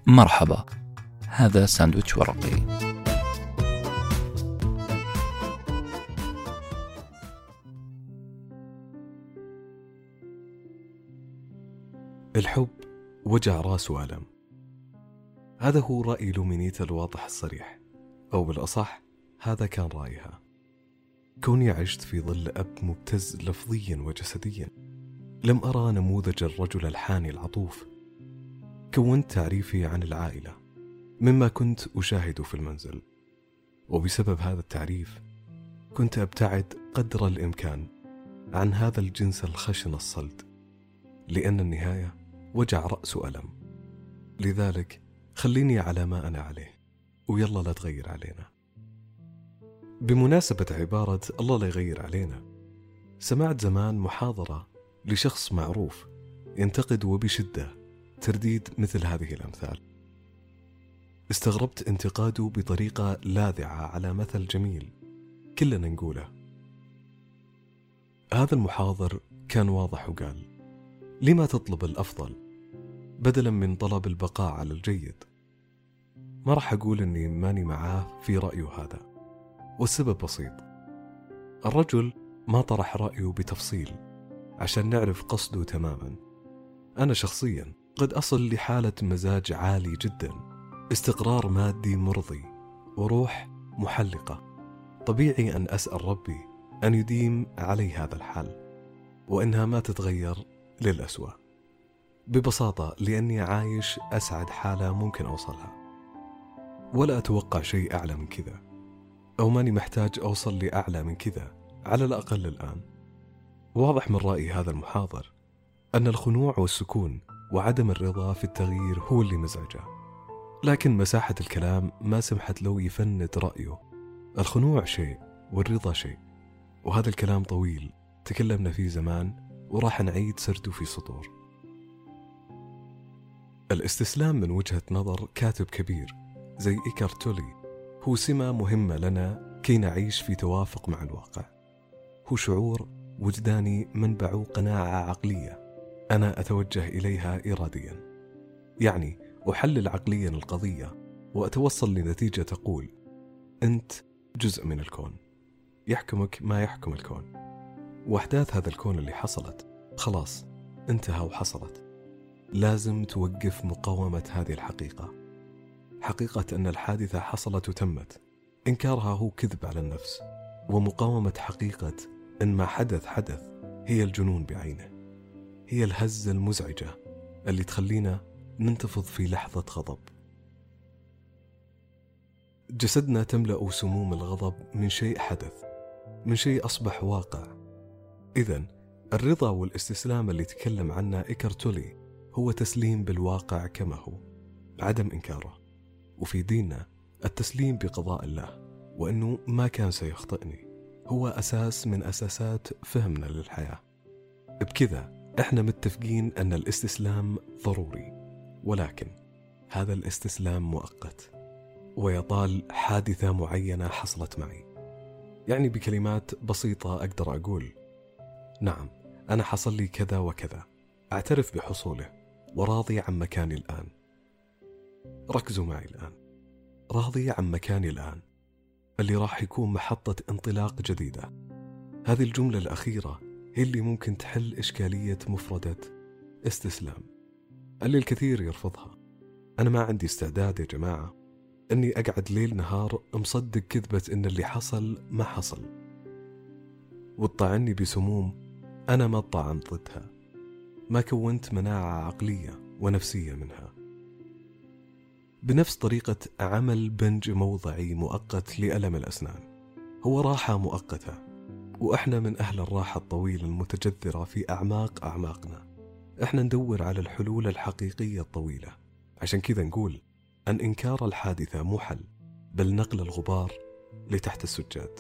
مرحبا، هذا ساندويتش ورقي. الحب وجع راس وألم. هذا هو رأي لومينيتا الواضح الصريح، أو بالأصح هذا كان رأيها. كوني عشت في ظل أب مبتز لفظيا وجسديا، لم أرى نموذج الرجل الحاني العطوف. كونت تعريفي عن العائلة مما كنت أشاهد في المنزل، وبسبب هذا التعريف كنت أبتعد قدر الإمكان عن هذا الجنس الخشن الصلد، لأن النهاية وجع رأس ألم. لذلك خليني على ما أنا عليه، ويلا لا تغير علينا. بمناسبة عبارة الله لا يغير علينا، سمعت زمان محاضرة لشخص معروف ينتقد وبشدة ترديد مثل هذه الأمثال. استغربت انتقاده بطريقة لاذعة على مثل جميل كلنا نقوله. هذا المحاضر كان واضح وقال: لما تطلب الأفضل بدلا من طلب البقاء على الجيد؟ ما راح أقول أني ماني معاه في رأيه هذا، والسبب بسيط. الرجل ما طرح رأيه بتفصيل عشان نعرف قصده تماما. أنا شخصيا قد أصل لحالة مزاج عالي جدا، استقرار مادي مرضي، وروح محلقة. طبيعي أن أسأل ربي أن يديم علي هذا الحال، وإنها ما تتغير للأسوأ، ببساطة لأني عايش أسعد حالة ممكن أوصلها، ولا أتوقع شيء أعلى من كذا، أو ماني محتاج أوصل لأعلى من كذا على الأقل الآن. واضح من رأي هذا المحاضر أن الخنوع والسكون وعدم الرضا في التغيير هو اللي مزعجه، لكن مساحة الكلام ما سمحت له يفند رأيه. الخنوع شيء والرضا شيء، وهذا الكلام طويل تكلمنا فيه زمان وراح نعيد سرده في سطور. الاستسلام من وجهة نظر كاتب كبير زي إيكارت تولي هو سمة مهمة لنا كي نعيش في توافق مع الواقع. هو شعور وجداني منبع قناعة عقلية أنا أتوجه إليها إراديا، يعني أحلل عقليا القضية وأتوصل لنتيجة تقول: أنت جزء من الكون، يحكمك ما يحكم الكون، وأحداث هذا الكون اللي حصلت خلاص انتهى وحصلت. لازم توقف مقاومة هذه الحقيقة، حقيقة أن الحادثة حصلت وتمت. إنكارها هو كذب على النفس، ومقاومة حقيقة أن ما حدث هي الجنون بعينه، هي الهزة المزعجة اللي تخلينا ننتفض في لحظة غضب. جسدنا تملأ سموم الغضب من شيء حدث، من شيء أصبح واقع. إذن الرضا والاستسلام اللي تكلم عنه إيكارت تولي هو تسليم بالواقع كما هو، عدم إنكاره. وفي ديننا التسليم بقضاء الله، وأنه ما كان سيخطئني، هو أساس من أساسات فهمنا للحياة. بكذا إحنا متفقين أن الاستسلام ضروري، ولكن هذا الاستسلام مؤقت ويطال حادثة معينة حصلت معي. يعني بكلمات بسيطة أقدر أقول: نعم أنا حصل لي كذا وكذا، أعترف بحصوله وراضي عن مكاني الآن. ركزوا معي الآن، راضي عن مكاني الآن اللي راح يكون محطة انطلاق جديدة. هذه الجملة الأخيرة هي اللي ممكن تحل إشكالية مفردة استسلام اللي الكثير يرفضها. أنا ما عندي استعداد يا جماعة أني أقعد ليل نهار مصدق كذبة إن اللي حصل ما حصل، وتطعني بسموم أنا ما طعمت ضدها، ما كونت مناعة عقلية ونفسية منها. بنفس طريقة عمل بنج موضعي مؤقت لألم الأسنان، هو راحة مؤقتة، وإحنا من أهل الراحة الطويلة المتجذرة في أعماق أعماقنا. إحنا ندور على الحلول الحقيقية الطويلة. عشان كذا نقول أن إنكار الحادثة مو حل، بل نقل الغبار لتحت السجاد.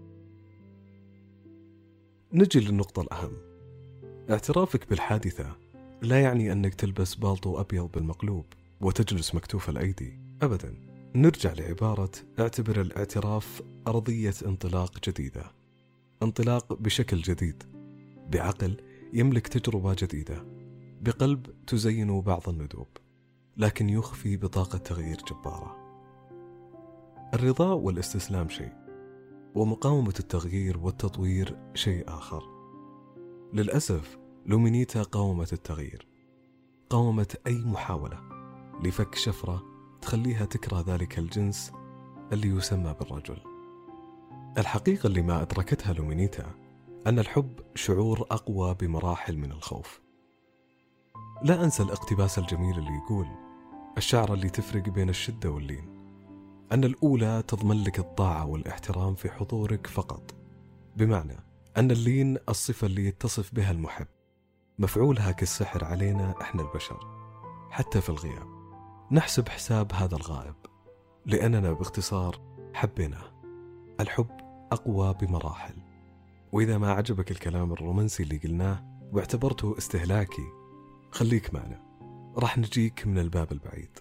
نجي للنقطة الأهم. اعترافك بالحادثة لا يعني أنك تلبس بالطو أبيض بالمقلوب وتجلس مكتوف الأيدي، أبدا. نرجع لعبارة: اعتبر الاعتراف أرضية انطلاق جديدة، انطلاق بشكل جديد، بعقل يملك تجربة جديدة، بقلب تزين بعض الندوب. لكن يخفي بطاقة تغيير جبارة. الرضا والاستسلام شيء، ومقاومة التغيير والتطوير شيء آخر. للأسف لومينيتا قاومت التغيير، قاومت أي محاولة لفك شفرة تخليها تكره ذلك الجنس اللي يسمى بالرجل. الحقيقة اللي ما أدركتها لومينيتا أن الحب شعور أقوى بمراحل من الخوف. لا أنسى الاقتباس الجميل اللي يقول الشعر اللي تفرق بين الشدة واللين، أن الأولى تضمن لك الطاعة والاحترام في حضورك فقط، بمعنى أن اللين الصفة اللي يتصف بها المحب، مفعولها كالسحر علينا إحنا البشر. حتى في الغياب نحسب حساب هذا الغائب، لأننا باختصار حبيناه. الحب أقوى بمراحل. وإذا ما عجبك الكلام الرومانسي اللي قلناه واعتبرته استهلاكي، خليك معنا، راح نجيك من الباب البعيد.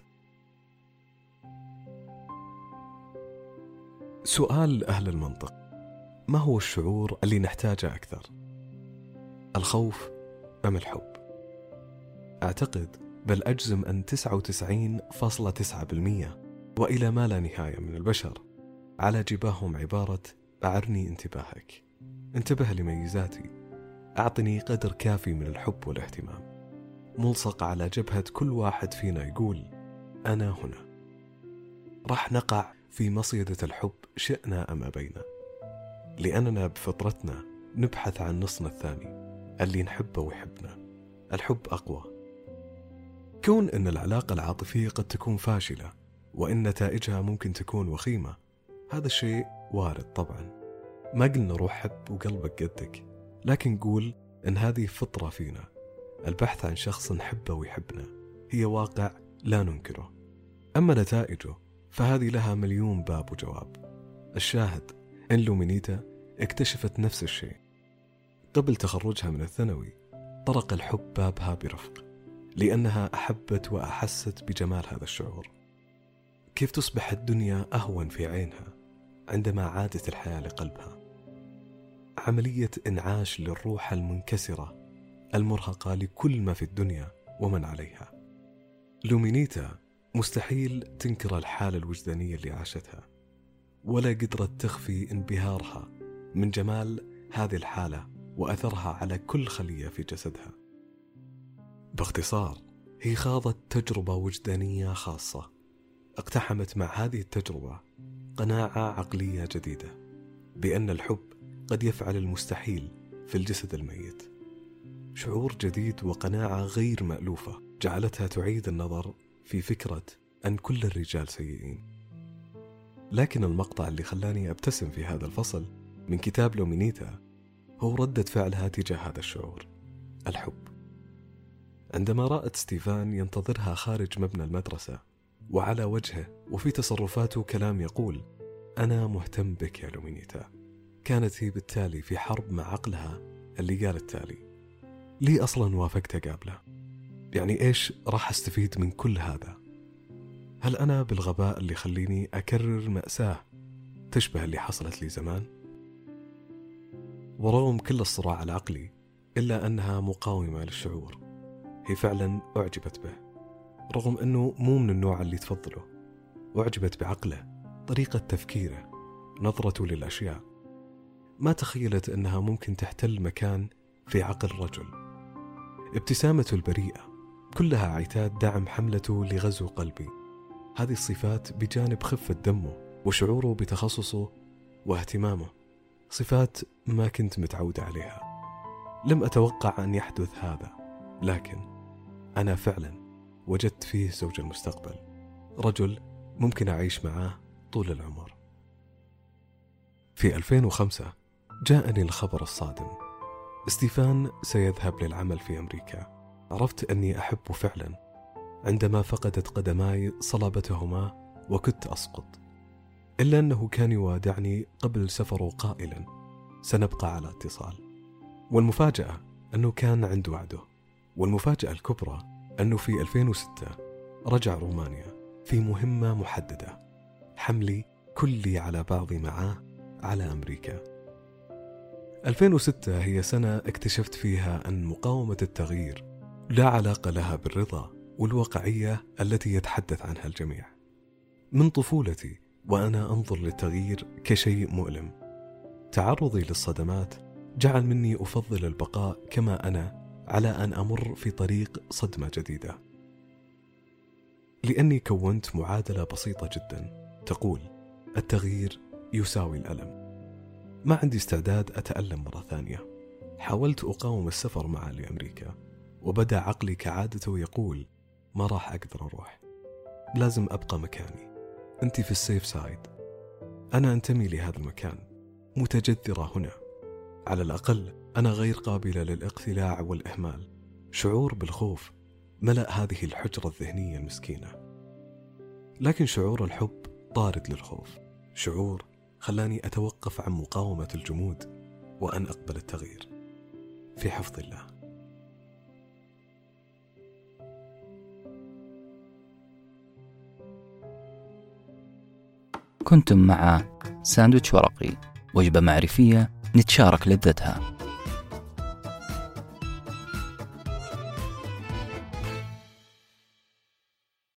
سؤال أهل المنطق: ما هو الشعور اللي نحتاجه أكثر، الخوف أم الحب؟ أعتقد بل أجزم أن 99.9% وإلى ما لا نهاية من البشر على جباههم عبارة أعرني انتباهك، انتبه لميزاتي، أعطني قدر كافي من الحب والاهتمام، ملصق على جبهة كل واحد فينا يقول أنا هنا. راح نقع في مصيدة الحب شئنا أم أبينا، لأننا بفطرتنا نبحث عن نصنا الثاني اللي نحبه ويحبنا. الحب أقوى. كون أن العلاقة العاطفية قد تكون فاشلة وإن نتائجها ممكن تكون وخيمة، هذا الشيء وارد طبعا، ما قلنا روح حب وقلبك قدك، لكن قول أن هذه فطرة فينا. البحث عن شخص نحبه ويحبنا هي واقع لا ننكره. أما نتائجه فهذه لها مليون باب وجواب. الشاهد إن لومينيتا اكتشفت نفس الشيء. قبل تخرجها من الثانوي طرق الحب بابها برفق، لأنها أحبت وأحست بجمال هذا الشعور. كيف تصبح الدنيا أهون في عينها عندما عادت الحياة لقلبها. عملية إنعاش للروح المنكسرة المرهقة لكل ما في الدنيا ومن عليها. لومينيتا مستحيل تنكر الحالة الوجدانية اللي عاشتها، ولا قدرت تخفي انبهارها من جمال هذه الحالة وأثرها على كل خلية في جسدها. باختصار هي خاضت تجربة وجدانية خاصة، اقتحمت مع هذه التجربة قناعة عقلية جديدة بأن الحب قد يفعل المستحيل في الجسد الميت. شعور جديد وقناعة غير مألوفة جعلتها تعيد النظر في فكرة أن كل الرجال سيئين. لكن المقطع اللي خلاني أبتسم في هذا الفصل من كتاب لومينيتا هو ردة فعلها تجاه هذا الشعور، الحب. عندما رأت ستيفان ينتظرها خارج مبنى المدرسة، وعلى وجهه وفي تصرفاته كلام يقول أنا مهتم بك يا لومينيتا، كانت هي بالتالي في حرب مع عقلها اللي قال التالي: ليه أصلا وافقت قابله؟ يعني إيش راح أستفيد من كل هذا؟ هل أنا بالغباء اللي خليني أكرر مأساة تشبه اللي حصلت لي زمان؟ ورغم كل الصراع العقلي إلا أنها مقاومة للشعور. هي فعلا أعجبت به، رغم أنه مو من النوع اللي تفضله. أعجبت بعقله، طريقة تفكيره، نظرته للأشياء. ما تخيلت أنها ممكن تحتل مكان في عقل رجل. ابتسامته البريئة كلها عتاد دعم حملته لغزو قلبي. هذه الصفات بجانب خفة دمه وشعوره بتخصصه واهتمامه، صفات ما كنت متعود عليها. لم أتوقع أن يحدث هذا، لكن أنا فعلا وجدت فيه زوج المستقبل، رجل ممكن أعيش معاه طول العمر. في 2005 جاءني الخبر الصادم: ستيفان سيذهب للعمل في أمريكا. عرفت أني أحبه فعلا عندما فقدت قدماي صلابتهما وكنت أسقط، إلا أنه كان يوادعني قبل سفره قائلا سنبقى على اتصال. والمفاجأة أنه كان عند وعده. والمفاجأة الكبرى أنه في 2006 رجع رومانيا في مهمة محددة: حملي كلي على بعضي معاه على أمريكا. 2006 هي سنة اكتشفت فيها أن مقاومة التغيير لا علاقة لها بالرضا والواقعية التي يتحدث عنها الجميع. من طفولتي وأنا أنظر للتغيير كشيء مؤلم. تعرضي للصدمات جعل مني أفضل البقاء كما أنا على أن أمر في طريق صدمة جديدة، لأني كونت معادلة بسيطة جدا تقول التغيير يساوي الألم. ما عندي استعداد أتألم مرة ثانية. حاولت أقاوم السفر معه لأمريكا، وبدأ عقلي كعادته يقول ما راح أقدر أروح، لازم أبقى مكاني. أنت في السيف سايد، أنا أنتمي لهذا المكان، متجذرة هنا، على الأقل أنا غير قابلة للاقتلاع والإهمال. شعور بالخوف ملأ هذه الحجرة الذهنية المسكينة، لكن شعور الحب طارد للخوف. شعور خلاني أتوقف عن مقاومة الجمود وأن أقبل التغيير في حفظ الله. كنتم مع ساندويتش ورقي، وجبة معرفية نتشارك لذتها.